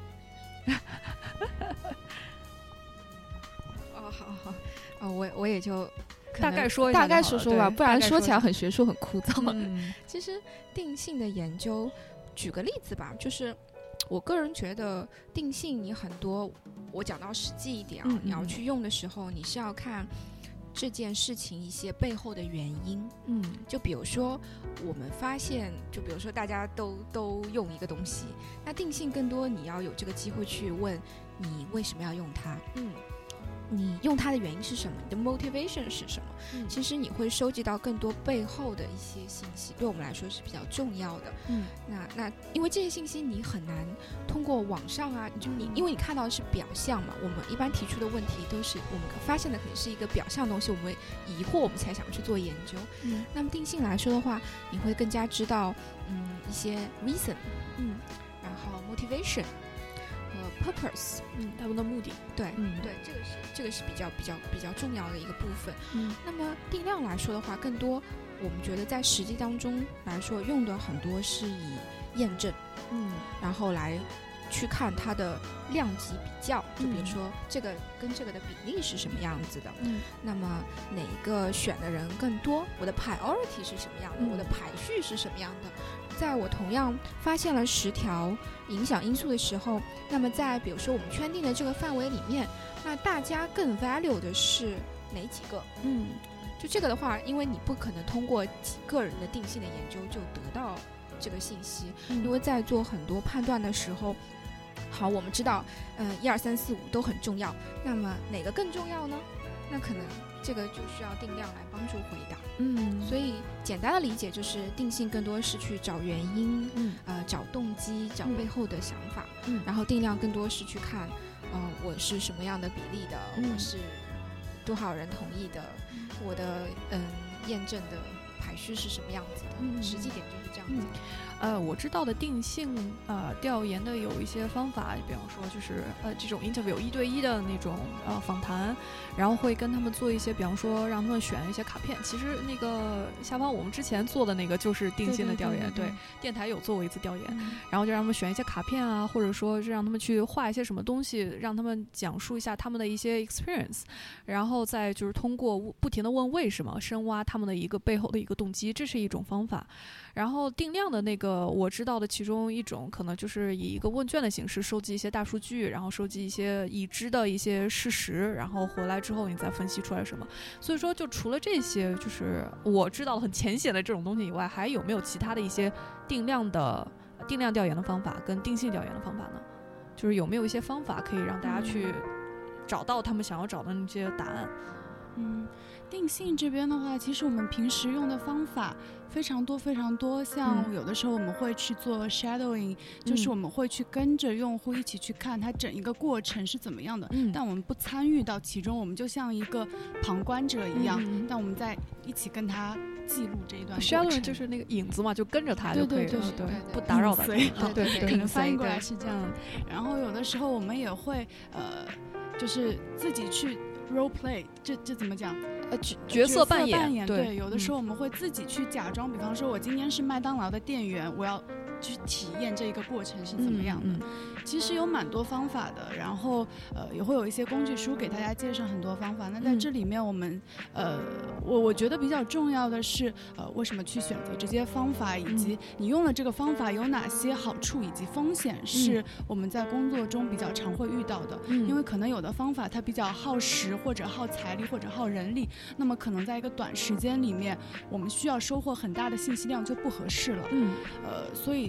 哦，好好，哦，我我也就。 大概说一下， 大概说说吧，不然说起来很学术很枯燥。 嗯、 其实定性的研究，举个例子吧，就是我个人觉得定性你很多，我讲到实际一点啊，嗯、你要去用的时候，你是要看这件事情一些背后的原因。嗯，就比如说我们发现，就比如说大家都都用一个东西，那定性更多你要有这个机会去问你为什么要用它。嗯。你用它的原因是什么？你的 motivation 是什么？嗯、其实你会收集到更多背后的一些信息，对我们来说是比较重要的。嗯，那那因为这些信息你很难通过网上啊，就你因为你看到的是表象嘛，我们一般提出的问题都是我们发现的可能是一个表象的东西，我们会疑惑，我们才想去做研究。嗯，那么定性来说的话，你会更加知道嗯一些 reason， 嗯，然后 motivation。purpose， 嗯，他们的目的， 对，嗯，对，这个是这个是比较比较比较重要的一个部分。嗯，那么定量来说的话，更多我们觉得在实际当中来说，用的很多是以验证，嗯，然后来去看它的量级比较，就比如说这个跟这个的比例是什么样子的，嗯，那么哪个选的人更多，我的 priority 是什么样的，嗯、我的排序是什么样的。在我同样发现了十条影响因素的时候，那么在比如说我们圈定的这个范围里面，那大家更 value 的是哪几个？嗯，就这个的话，因为你不可能通过几个人的定性的研究就得到这个信息，嗯、因为在做很多判断的时候，好，我们知道，呃，一二三四五都很重要，那么哪个更重要呢？那可能这个就需要定量来帮助回答。嗯，所以简单的理解就是定性更多是去找原因，嗯，呃，找动机，找背后的想法，嗯，然后定量更多是去看，呃，我是什么样的比例的，嗯、我是多少人同意的，嗯、我的嗯验证的排序是什么样子的，嗯、实际点就是这样子。嗯呃，我知道的定性呃调研的有一些方法，比方说就是呃这种 interview 一对一的那种呃访谈，然后会跟他们做一些，比方说让他们选一些卡片。其实那个下方我们之前做的那个就是定性的调研， 对, 对, 对, 对, 对电台有做过一次调研，嗯、然后就让他们选一些卡片啊，或者说是让他们去画一些什么东西，让他们讲述一下他们的一些 experience， 然后再就是通过不停的问为什么，深挖他们的一个背后的一个动机，这是一种方法。然后定量的那个我知道的其中一种可能就是以一个问卷的形式收集一些大数据，然后收集一些已知的一些事实，然后回来之后你再分析出来什么。所以说就除了这些就是我知道的很浅显的这种东西以外，还有没有其他的一些定量的定量调研的方法跟定性调研的方法呢？就是有没有一些方法可以让大家去找到他们想要找的那些答案？ 嗯，定性这边的话，其实我们平时用的方法非常多非常多，像有的时候我们会去做 shadowing，嗯、就是我们会去跟着用户一起去看它整一个过程是怎么样的，嗯、但我们不参与到其中，我们就像一个旁观者一样，嗯、但我们在一起跟他记录这一段过程。 shadowing 就是那个影子嘛，就跟着他就可以了， 对对 对, 对, 对, 对，不打扰他。 对对 对, 对，可能翻译过来是这样。然后有的时候我们也会呃，就是自己去 role play， 这这怎么讲？ 呃，角色扮演， 扮演 对, 对，有的时候我们会自己去假装，嗯、比方说我今天是麦当劳的店员，我要去体验这个过程是怎么样的。嗯嗯、其实有蛮多方法的，然后呃也会有一些工具书给大家介绍很多方法。那在这里面我们呃我我觉得比较重要的是呃为什么去选择这些方法，以及你用了这个方法有哪些好处以及风险是我们在工作中比较常会遇到的。嗯、因为可能有的方法它比较耗时或者耗财力或者耗人力，那么可能在一个短时间里面我们需要收获很大的信息量就不合适了。嗯，呃，所以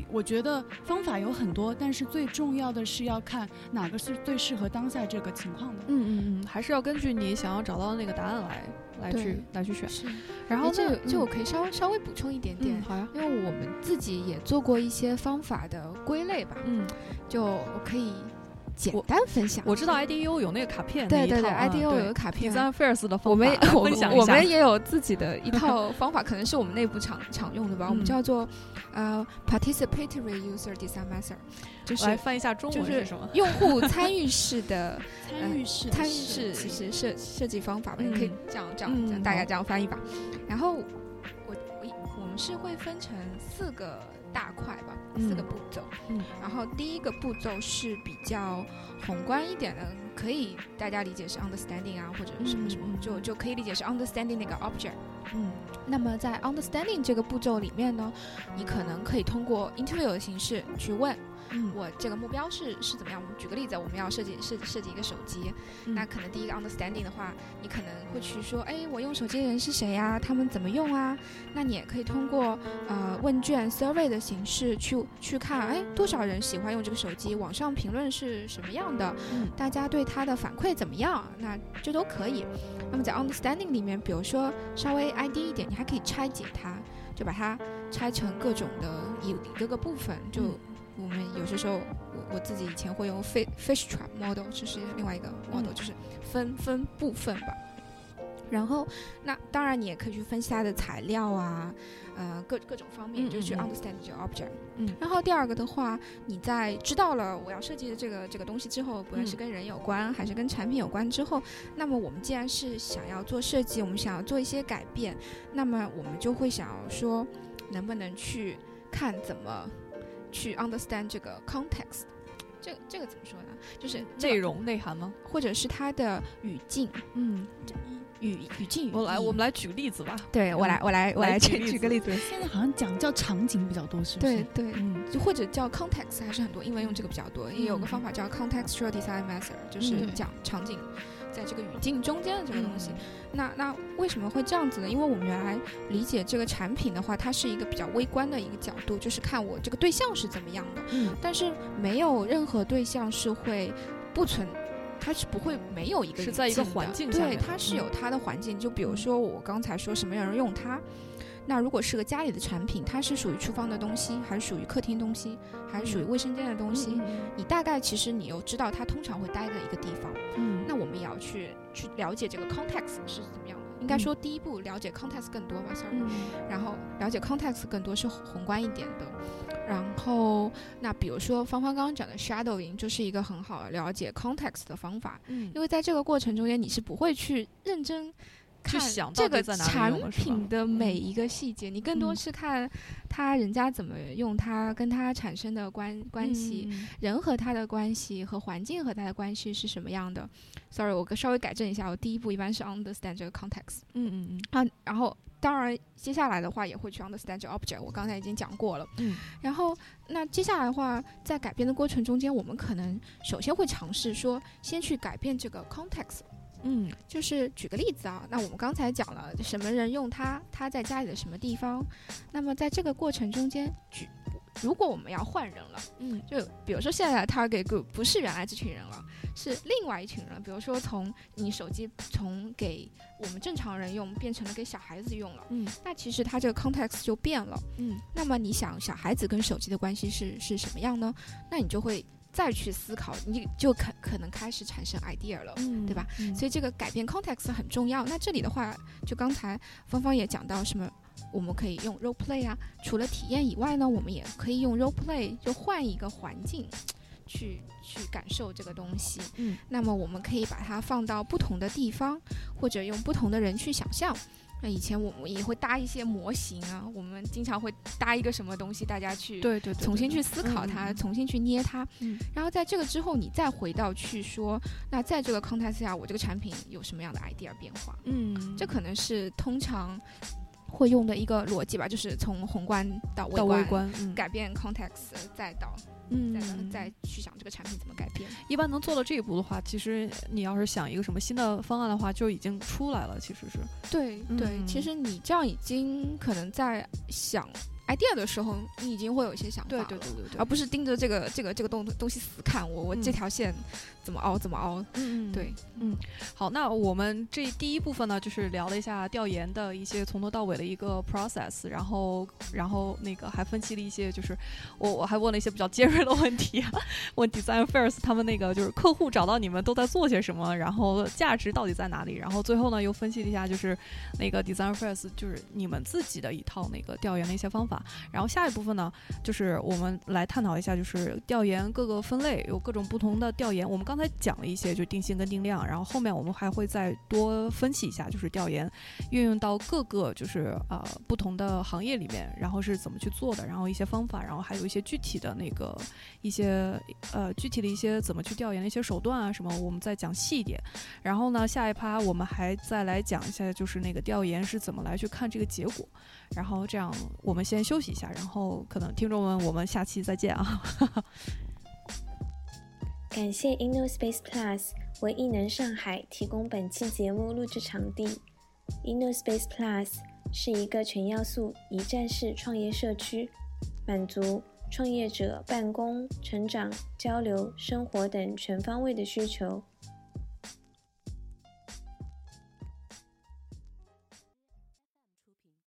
以我觉得方法有很多，但是最重要的是要看哪个是最适合当下这个情况的。 嗯嗯嗯，还是要根据你想要找到的那个答案来来去来去选。 是， 然后这就我可以稍微、嗯、稍微补充一点点、 嗯，好呀， 因为我们自己也做过一些方法的归类吧， 嗯， 就我可以简单分享。 我知道 I D U 有那个卡片， 对对对、 啊、 ，I D U 有个卡片 ，Design First 的方法， 我们我分享我们也有自己的一套方法，可能是我们内部常常用的吧。嗯、我们叫做呃 Participatory User Design Method， 就是来翻译一下中文是什么？ 用户参与式的参与式、 呃、参与式是设设计方法吧， 嗯、 你可以这样这样、嗯、这样大概这样翻译吧。然后我我我们是会分成四个大块吧， 嗯、 四个步骤。嗯，然后第一个步骤是比较宏观一点的，可以大家理解是 understanding 啊，或者什么什么，嗯、就就可以理解是 understanding 那个 object。嗯，那么在 understanding 这个步骤里面呢，你可能可以通过 interview 的形式去问。嗯，我这个目标是是怎么样？我们举个例子，我们要设计设计设计一个手机，嗯、那可能第一个 understanding 的话，你可能会去说，哎，我用手机的人是谁呀、啊？他们怎么用啊？那你也可以通过呃问卷 survey 的形式去去看，哎，多少人喜欢用这个手机？网上评论是什么样的？嗯、大家对它的反馈怎么样？那这都可以。那么在 understanding 里面，比如说稍微 I D 一点，你还可以拆解它，就把它拆成各种的一一个个部分，就。嗯我们有些时候，我我自己以前会用 fish fish trap model， 就是另外一个 model，、嗯、就是分分部分吧。然后，那当然你也可以去分析它的材料啊，呃，各各种方面，嗯、就是去 understand 这个 object。嗯。然后第二个的话，你在知道了我要设计的这个这个东西之后，不论是跟人有关、嗯、还是跟产品有关之后，那么我们既然是想要做设计，我们想要做一些改变，那么我们就会想要说，能不能去看怎么。去 understand 这个 context， 这个这个怎么说呢？就是内容内涵吗？ 或者是它的语境？嗯，语语境语。 我来，我们来举个例子吧。 对，我来，我来，我来举举个例子。 现在好像讲叫场景比较多，是不是？对对，嗯，就或者叫 context 还是很多，英文用这个比较多。嗯、也有个方法叫 contextual design method， 就是讲场景。在这个语境中间的这个东西，嗯、那那为什么会这样子呢？因为我们原来理解这个产品的话，它是一个比较微观的一个角度，就是看我这个对象是怎么样的。嗯，但是没有任何对象是会不存，它是不会没有一个是在一个环境下面， 对，它是有它的环境。就比如说我刚才说什么人用它。那如果是个家里的产品，它是属于厨房的东西，还是属于客厅东西，还是属于卫生间的东西？嗯、你大概其实你又知道它通常会待的一个地方。嗯，那我们也要去去了解这个 context 是怎么样的。应该说第一步了解 context 更多吧 ，sorry、嗯。然后了解 context 更多是宏观一点的。然后那比如说芳芳刚刚讲的 shadowing 就是一个很好的了解 context 的方法。嗯，因为在这个过程中间你是不会去认真。看这个产品的每一个细节，你更多是看他人家怎么用它，跟他产生的关关系，嗯、人和他的关系和环境和他的关系是什么样的。Sorry， 我稍微改正一下，我第一步一般是 understand 这个 context。嗯嗯嗯。啊，然后当然接下来的话也会去 understand 这个 object， 我刚才已经讲过了。嗯。然后那接下来的话，在改变的过程中间，我们可能首先会尝试说，先去改变这个 context。嗯，就是举个例子啊，那我们刚才讲了什么人用它，它在家里的什么地方，那么在这个过程中间，举如果我们要换人了，嗯，就比如说现在的 target group 不是原来这群人了，是另外一群人，比如说从你手机从给我们正常人用变成了给小孩子用了，嗯，那其实它这个 context 就变了，嗯，那么你想小孩子跟手机的关系是是什么样呢？那你就会。再去思考，你就可可能开始产生 idea 了，嗯、对吧、嗯？所以这个改变 context 很重要。那这里的话，就刚才芳芳也讲到什么，我们可以用 role play 啊。除了体验以外呢，我们也可以用 role play， 就换一个环境去去感受这个东西。嗯，那么我们可以把它放到不同的地方，或者用不同的人去想象。那以前我们也会搭一些模型啊，我们经常会搭一个什么东西，大家去对对重新去思考它，重新去捏它，嗯，然后在这个之后，你再回到去说，那在这个 context 下，我这个产品有什么样的 idea 变化？嗯，这可能是通常会用的一个逻辑吧，就是从宏观到微观， 到微观、 嗯、改变 context， 再到。嗯，再再去想这个产品怎么改变。 一般能做到这一步的话，其实你要是想一个什么新的方案的话，就已经出来了。其实是对对、嗯，其实你这样已经可能在想 idea 的时候，你已经会有一些想法了， 对对对对对， 而不是盯着这个这个这个东东西死看，我我这条线怎么凹怎么凹。 嗯， 对， 嗯，好，那我们这第一部分呢，就是聊了一下调研的一些从头到尾的一个 process， 然后然后那个还分析了一些，就是我我还问了一些比较尖锐的问题啊，问 Design First 他们那个就是客户找到你们都在做些什么，然后价值到底在哪里，然后最后呢又分析了一下就是那个 Design First 就是你们自己的一套那个调研的一些方法。然后下一部分呢，就是我们来探讨一下，就是调研各个分类，有各种不同的调研。我们刚才讲了一些，就定性跟定量，然后后面我们还会再多分析一下，就是调研运用到各个就是呃不同的行业里面，然后是怎么去做的，然后一些方法，然后还有一些具体的那个一些呃具体的一些怎么去调研的一些手段啊什么，我们再讲细一点。然后呢，下一趴我们还再来讲一下，就是那个调研是怎么来去看这个结果。然后这样我们先休息一下，然后可能听众们我们下期再见啊。 感谢 InnoSpace Plus 为艺能上海提供本期节目录制场地。InnoSpace Plus 是一个全要素一站式创业社区，满足创业者办公、成长、交流、生活等全方位的需求。